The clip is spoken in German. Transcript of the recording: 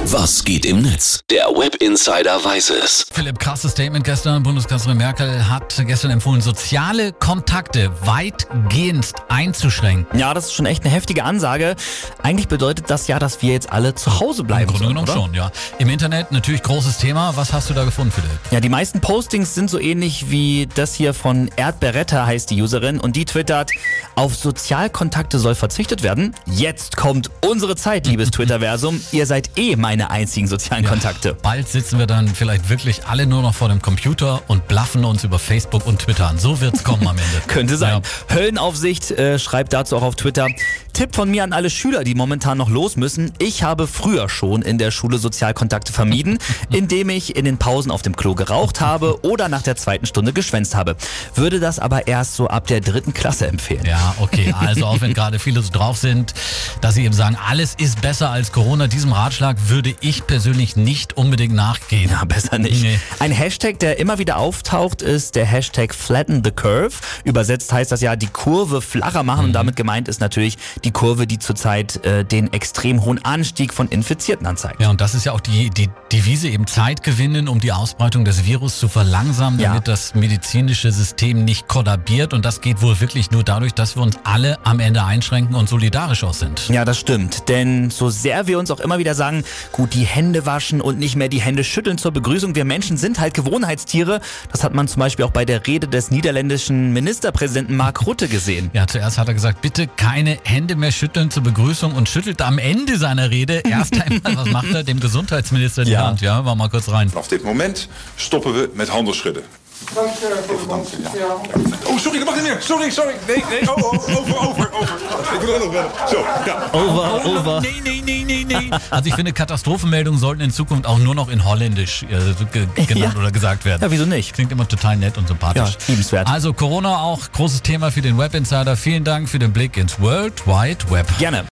Was geht im Netz? Der Web Insider weiß es. Philipp, krasses Statement gestern. Bundeskanzlerin Merkel hat gestern empfohlen, soziale Kontakte weitgehend einzuschränken. Ja, das ist schon echt eine heftige Ansage. Eigentlich bedeutet das ja, dass wir jetzt alle zu Hause bleiben Im Grunde sollen, genommen oder? schon, ja. Im Internet natürlich großes Thema. Was hast du da gefunden, Philipp? Ja, die meisten Postings sind so ähnlich wie das hier von Erdberetta, heißt die Userin, und die twittert: Auf Sozialkontakte soll verzichtet werden. Jetzt kommt unsere Zeit, liebes Twitterversum. Ihr seid meine einzigen sozialen Kontakte. Bald sitzen wir dann vielleicht wirklich alle nur noch vor dem Computer und blaffen uns über Facebook und Twitter an. So wird's kommen am Ende. Könnte sein. Ja. Höllenaufsicht schreibt dazu auch auf Twitter: Tipp von mir an alle Schüler, die momentan noch los müssen. Ich habe früher schon in der Schule Sozialkontakte vermieden, indem ich in den Pausen auf dem Klo geraucht habe oder nach der 2. Stunde geschwänzt habe. Würde das aber erst so ab der 3. Klasse empfehlen. Ja, okay. Also auch wenn gerade viele so drauf sind, dass sie eben sagen, alles ist besser als Corona, diesem Ratschlag würde ich persönlich nicht unbedingt nachgehen. Ja, besser nicht. Nee. Ein Hashtag, der immer wieder auftaucht, ist der Hashtag Flatten the Curve. Übersetzt heißt das ja, die Kurve flacher machen. Und damit gemeint ist natürlich die Kurve, die zurzeit den extrem hohen Anstieg von Infizierten anzeigt. Ja, und das ist ja auch die Devise, eben Zeit gewinnen, um die Ausbreitung des Virus zu verlangsamen, damit das medizinische System nicht kollabiert. Und das geht wohl wirklich nur dadurch, dass wir uns alle am Ende einschränken und solidarisch auch sind. Ja, das stimmt. Denn so sehr wir uns auch immer wieder sagen, gut, die Hände waschen und nicht mehr die Hände schütteln zur Begrüßung. Wir Menschen sind halt Gewohnheitstiere. Das hat man zum Beispiel auch bei der Rede des niederländischen Ministerpräsidenten Mark Rutte gesehen. Ja, zuerst hat er gesagt, bitte keine Hände mehr schütteln zur Begrüßung und schüttelt am Ende seiner Rede erst einmal, was macht er, dem Gesundheitsminister die Hand. Ja, war mal kurz rein. Vanaf dit moment stoppen we met handelschudden. Dank voor de band. Ja. Oh, sorry, dat mag niet meer. Sorry. Nee. Over. Ik wil er nog verder. Zo, ja. Over. Nee. Also ich finde, Katastrophenmeldungen sollten in Zukunft auch nur noch in Holländisch genannt oder gesagt werden. Ja, wieso nicht? Klingt immer total nett und sympathisch. Ja, liebenswert. Also Corona auch großes Thema für den Web Insider. Vielen Dank für den Blick ins World Wide Web. Gerne.